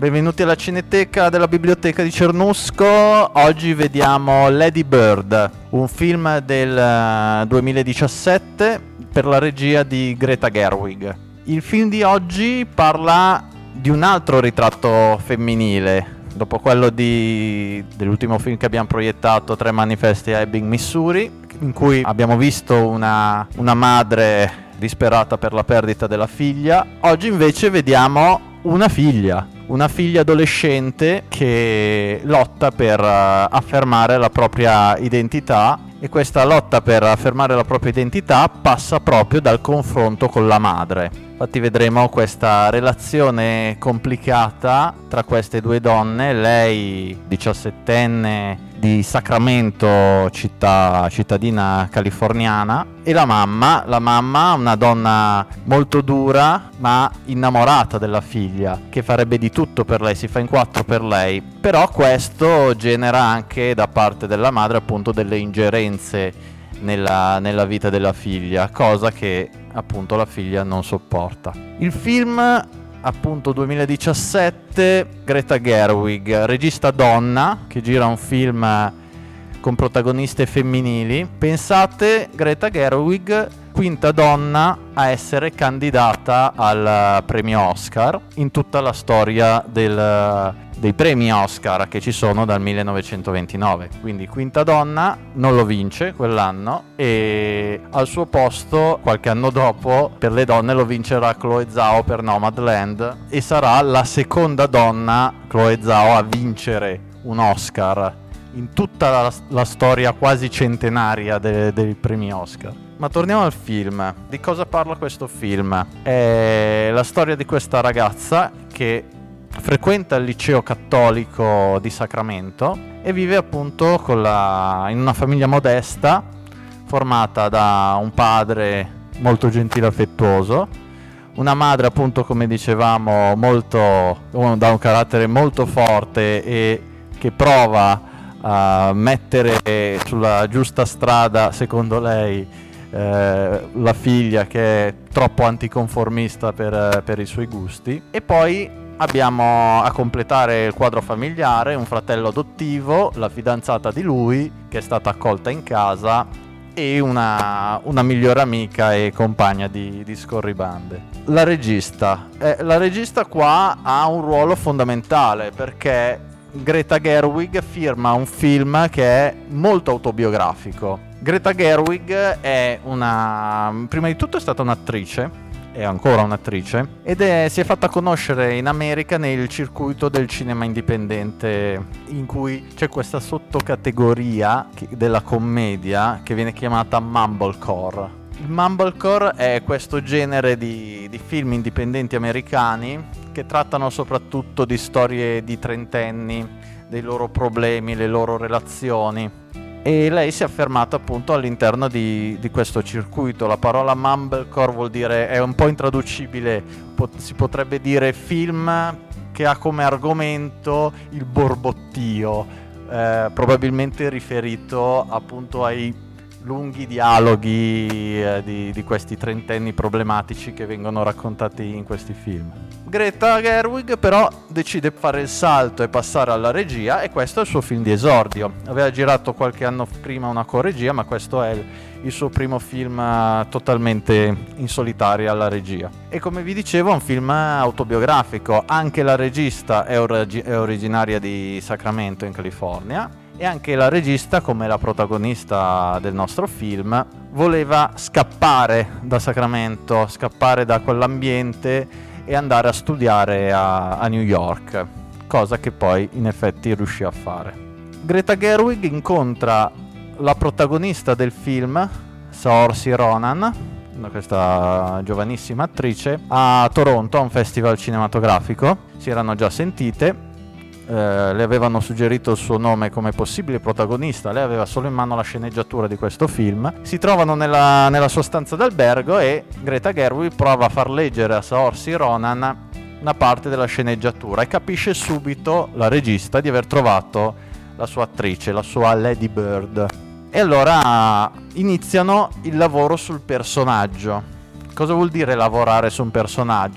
benvenuti alla Cineteca della Biblioteca di Cernusco. Oggi vediamo Lady Bird, un film del 2017 per la regia di Greta Gerwig. Il film di oggi parla di un altro ritratto femminile, dopo quello dell'ultimo film che abbiamo proiettato, Tre manifesti a Ebbing, Missouri, in cui abbiamo visto una madre disperata per la perdita della figlia. Oggi invece vediamo una figlia adolescente che lotta per affermare la propria identità, e questa lotta per affermare la propria identità passa proprio dal confronto con la madre. Infatti vedremo questa relazione complicata tra queste due donne, lei 17enne di Sacramento, cittadina californiana, e la mamma, una donna molto dura ma innamorata della figlia, che farebbe di tutto per lei, si fa in quattro per lei. Però questo genera anche da parte della madre appunto delle ingerenze nella vita della figlia, cosa che appunto la figlia non sopporta. Il film, appunto 2017, Greta Gerwig, regista donna che gira un film con protagoniste femminili. Pensate, Greta Gerwig, quinta donna a essere candidata al premio Oscar in tutta la storia dei premi Oscar che ci sono dal 1929. Quindi quinta donna, non lo vince quell'anno, e al suo posto qualche anno dopo per le donne lo vincerà Chloe Zhao per Nomadland, e sarà la seconda donna, Chloe Zhao, a vincere un Oscar in tutta la storia quasi centenaria dei premi Oscar. Ma torniamo al film. Di cosa parla questo film? È la storia di questa ragazza che frequenta il liceo cattolico di Sacramento e vive appunto in una famiglia modesta formata da un padre molto gentile e affettuoso, una madre appunto, come dicevamo, da un carattere molto forte e che prova a mettere sulla giusta strada, secondo lei, la figlia, che è troppo anticonformista per i suoi gusti. E poi abbiamo, a completare il quadro familiare, un fratello adottivo, la fidanzata di lui che è stata accolta in casa, e una migliore amica e compagna di scorribande. La regista qua ha un ruolo fondamentale, perché Greta Gerwig firma un film che è molto autobiografico. Greta Gerwig prima di tutto è stata un'attrice, è ancora un'attrice, ed si è fatta conoscere in America nel circuito del cinema indipendente, in cui c'è questa sottocategoria della commedia che viene chiamata mumblecore. Il mumblecore è questo genere di film indipendenti americani che trattano soprattutto di storie di trentenni, dei loro problemi, le loro relazioni, e lei si è affermata appunto all'interno di questo circuito. La parola mumblecore è un po' intraducibile, si potrebbe dire film che ha come argomento il borbottio, probabilmente riferito appunto ai lunghi dialoghi di questi trentenni problematici che vengono raccontati in questi film. Greta Gerwig però decide di fare il salto e passare alla regia, e questo è il suo film di esordio. Aveva girato qualche anno prima una coregia, ma questo è il suo primo film totalmente in solitaria alla regia. E come vi dicevo è un film autobiografico. Anche la regista è originaria di Sacramento, in California, e anche la regista, come la protagonista del nostro film, voleva scappare da Sacramento, scappare da quell'ambiente e andare a studiare a New York, cosa che poi in effetti riuscì a fare. Greta Gerwig incontra la protagonista del film, Saoirse Ronan, questa giovanissima attrice, a Toronto, a un festival cinematografico. Si erano già sentite, le avevano suggerito il suo nome come possibile protagonista, lei aveva solo in mano la sceneggiatura di questo film. Si trovano nella sua stanza d'albergo e Greta Gerwig prova a far leggere a Saoirse Ronan una parte della sceneggiatura, e capisce subito, la regista, di aver trovato la sua attrice, la sua Lady Bird. E allora iniziano il lavoro sul personaggio. Cosa vuol dire lavorare su un personaggio?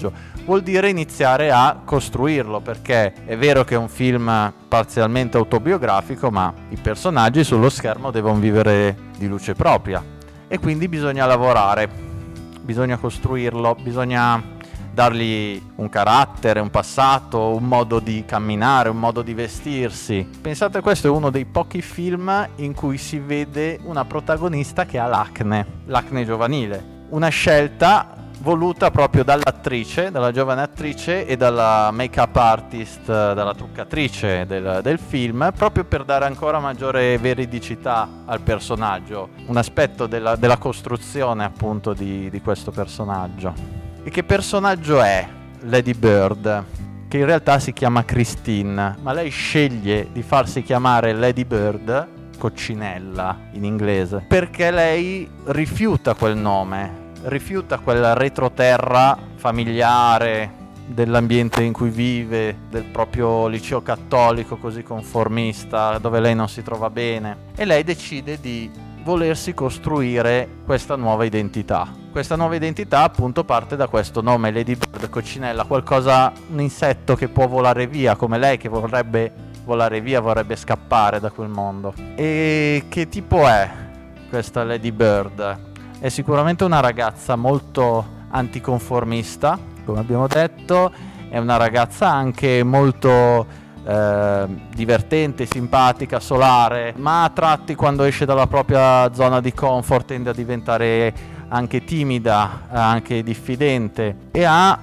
vuol dire iniziare a costruirlo, perché è vero che è un film parzialmente autobiografico, ma i personaggi sullo schermo devono vivere di luce propria e quindi bisogna lavorare, bisogna costruirlo, bisogna dargli un carattere, un passato, un modo di camminare, un modo di vestirsi. Pensate, questo è uno dei pochi film in cui si vede una protagonista che ha l'acne giovanile, una scelta voluta proprio dall'attrice, dalla giovane attrice e dalla make-up artist, dalla truccatrice del film, proprio per dare ancora maggiore veridicità al personaggio, un aspetto della costruzione appunto di questo personaggio. E che personaggio è Lady Bird? Che in realtà si chiama Christine, ma lei sceglie di farsi chiamare Lady Bird, coccinella in inglese, perché lei rifiuta quel nome, rifiuta quel retroterra familiare dell'ambiente in cui vive, del proprio liceo cattolico così conformista, dove lei non si trova bene, e lei decide di volersi costruire questa nuova identità. Questa nuova identità appunto parte da questo nome, Lady Bird, coccinella, qualcosa, un insetto che può volare via, come lei che vorrebbe volare via, vorrebbe scappare da quel mondo. E che tipo è questa Lady Bird? È sicuramente una ragazza molto anticonformista, come abbiamo detto, è una ragazza anche molto divertente, simpatica, solare, ma a tratti quando esce dalla propria zona di comfort tende a diventare anche timida, anche diffidente, e ha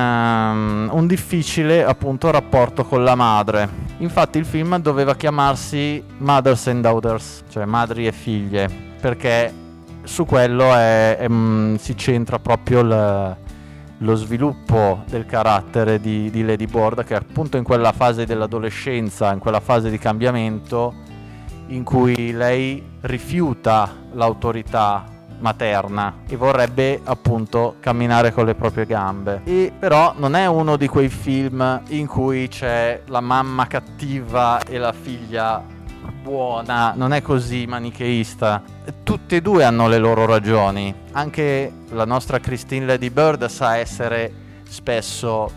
un difficile appunto rapporto con la madre. Infatti il film doveva chiamarsi Mothers and Daughters, cioè madri e figlie, perché su quello si centra proprio lo sviluppo del carattere di Lady Bird, che appunto in quella fase dell'adolescenza, in quella fase di cambiamento in cui lei rifiuta l'autorità materna e vorrebbe appunto camminare con le proprie gambe. E però non è uno di quei film in cui c'è la mamma cattiva e la figlia buona, non è così manicheista. Tutte e due hanno le loro ragioni. Anche la nostra Christine Lady Bird sa essere spesso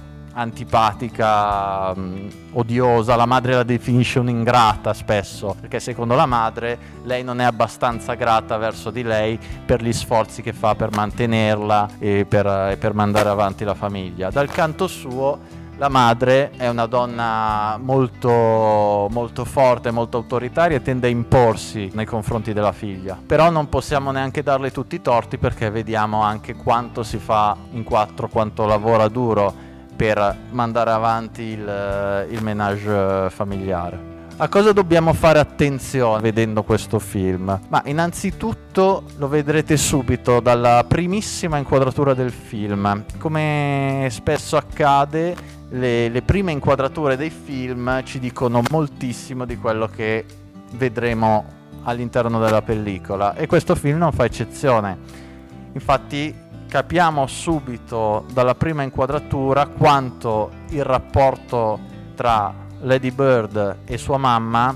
antipatica, odiosa. La madre la definisce un'ingrata spesso, perché secondo la madre lei non è abbastanza grata verso di lei per gli sforzi che fa per mantenerla e per mandare avanti la famiglia. Dal canto suo la madre è una donna molto, molto forte, molto autoritaria e tende a imporsi nei confronti della figlia. Però non possiamo neanche darle tutti i torti, perché vediamo anche quanto si fa in quattro, quanto lavora duro per mandare avanti il ménage familiare. A cosa dobbiamo fare attenzione vedendo questo film? Ma innanzitutto lo vedrete subito dalla primissima inquadratura del film. Come spesso accade, le prime inquadrature dei film ci dicono moltissimo di quello che vedremo all'interno della pellicola, e questo film non fa eccezione. Infatti capiamo subito dalla prima inquadratura quanto il rapporto tra Lady Bird e sua mamma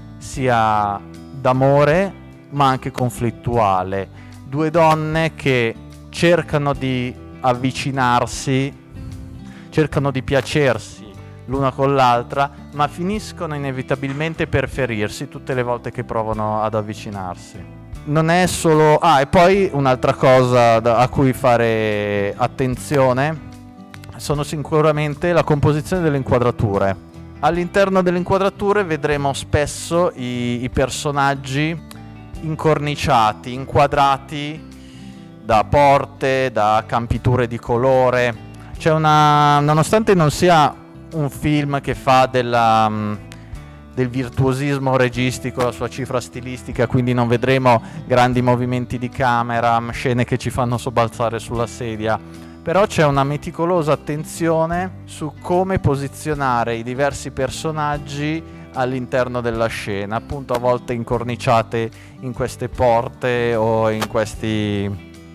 sia d'amore ma anche conflittuale. Due donne che cercano di avvicinarsi, cercano di piacersi l'una con l'altra, ma finiscono inevitabilmente per ferirsi tutte le volte che provano ad avvicinarsi. Non è solo... e poi un'altra cosa a cui fare attenzione sono sicuramente la composizione delle inquadrature. All'interno delle inquadrature vedremo spesso i personaggi incorniciati, inquadrati da porte, da campiture di colore. C'è nonostante non sia un film che fa del virtuosismo registico la sua cifra stilistica, quindi non vedremo grandi movimenti di camera, scene che ci fanno sobbalzare sulla sedia, però c'è una meticolosa attenzione su come posizionare i diversi personaggi all'interno della scena, appunto a volte incorniciate in queste porte o in queste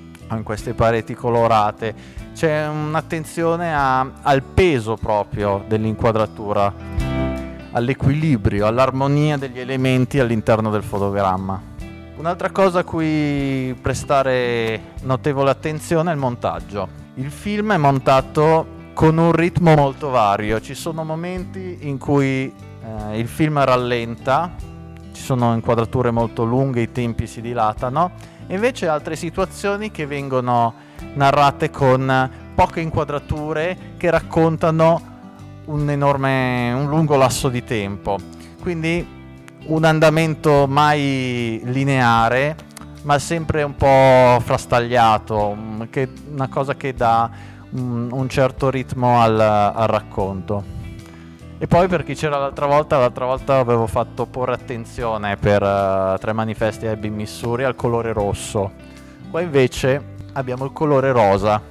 pareti colorate. C'è un'attenzione al peso proprio dell'inquadratura, all'equilibrio, all'armonia degli elementi all'interno del fotogramma. Un'altra cosa a cui prestare notevole attenzione è il montaggio. Il film è montato con un ritmo molto vario. Ci sono momenti in cui il film rallenta, ci sono inquadrature molto lunghe, i tempi si dilatano, e invece altre situazioni che vengono narrate con poche inquadrature che raccontano un lungo lasso di tempo. Quindi un andamento mai lineare, ma sempre un po' frastagliato, una cosa che dà un certo ritmo al racconto. E poi per chi c'era l'altra volta avevo fatto porre attenzione per Tre manifesti a Ebbing, Missouri al colore rosso. Qua invece abbiamo il colore rosa,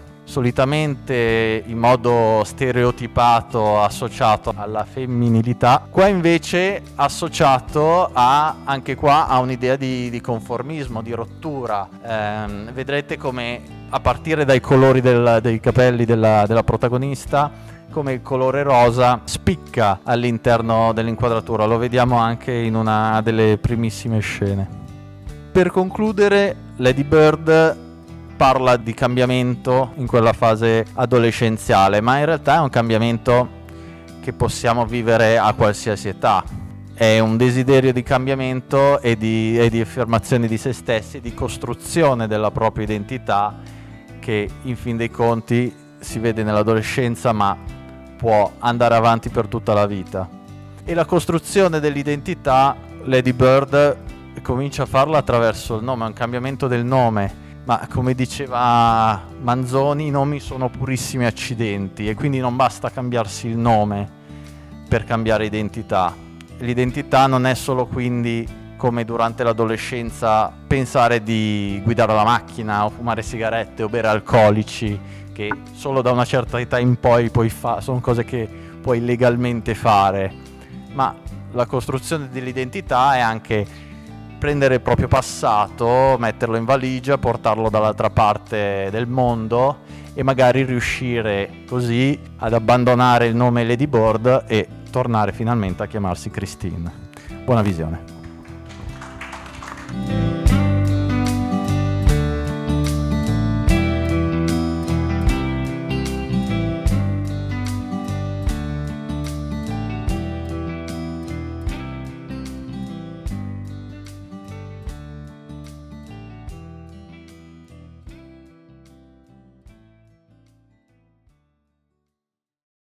solitamente in modo stereotipato associato alla femminilità, qua invece associato anche qua a un'idea di conformismo, di rottura. Vedrete come a partire dai colori dei capelli della protagonista, come il colore rosa spicca all'interno dell'inquadratura, lo vediamo anche in una delle primissime scene. Per concludere, Lady Bird parla di cambiamento in quella fase adolescenziale, ma in realtà è un cambiamento che possiamo vivere a qualsiasi età. È un desiderio di cambiamento e di affermazione di se stessi, di costruzione della propria identità, che in fin dei conti si vede nell'adolescenza, ma può andare avanti per tutta la vita. E la costruzione dell'identità, Lady Bird comincia a farla attraverso il nome, è un cambiamento del nome, ma come diceva Manzoni, i nomi sono purissimi accidenti, e quindi non basta cambiarsi il nome per cambiare identità. L'identità non è solo quindi, come durante l'adolescenza, pensare di guidare la macchina o fumare sigarette o bere alcolici, che solo da una certa età in poi sono cose che puoi legalmente fare, ma la costruzione dell'identità è anche prendere il proprio passato, metterlo in valigia, portarlo dall'altra parte del mondo e magari riuscire così ad abbandonare il nome Lady Bird e tornare finalmente a chiamarsi Christine. Buona visione.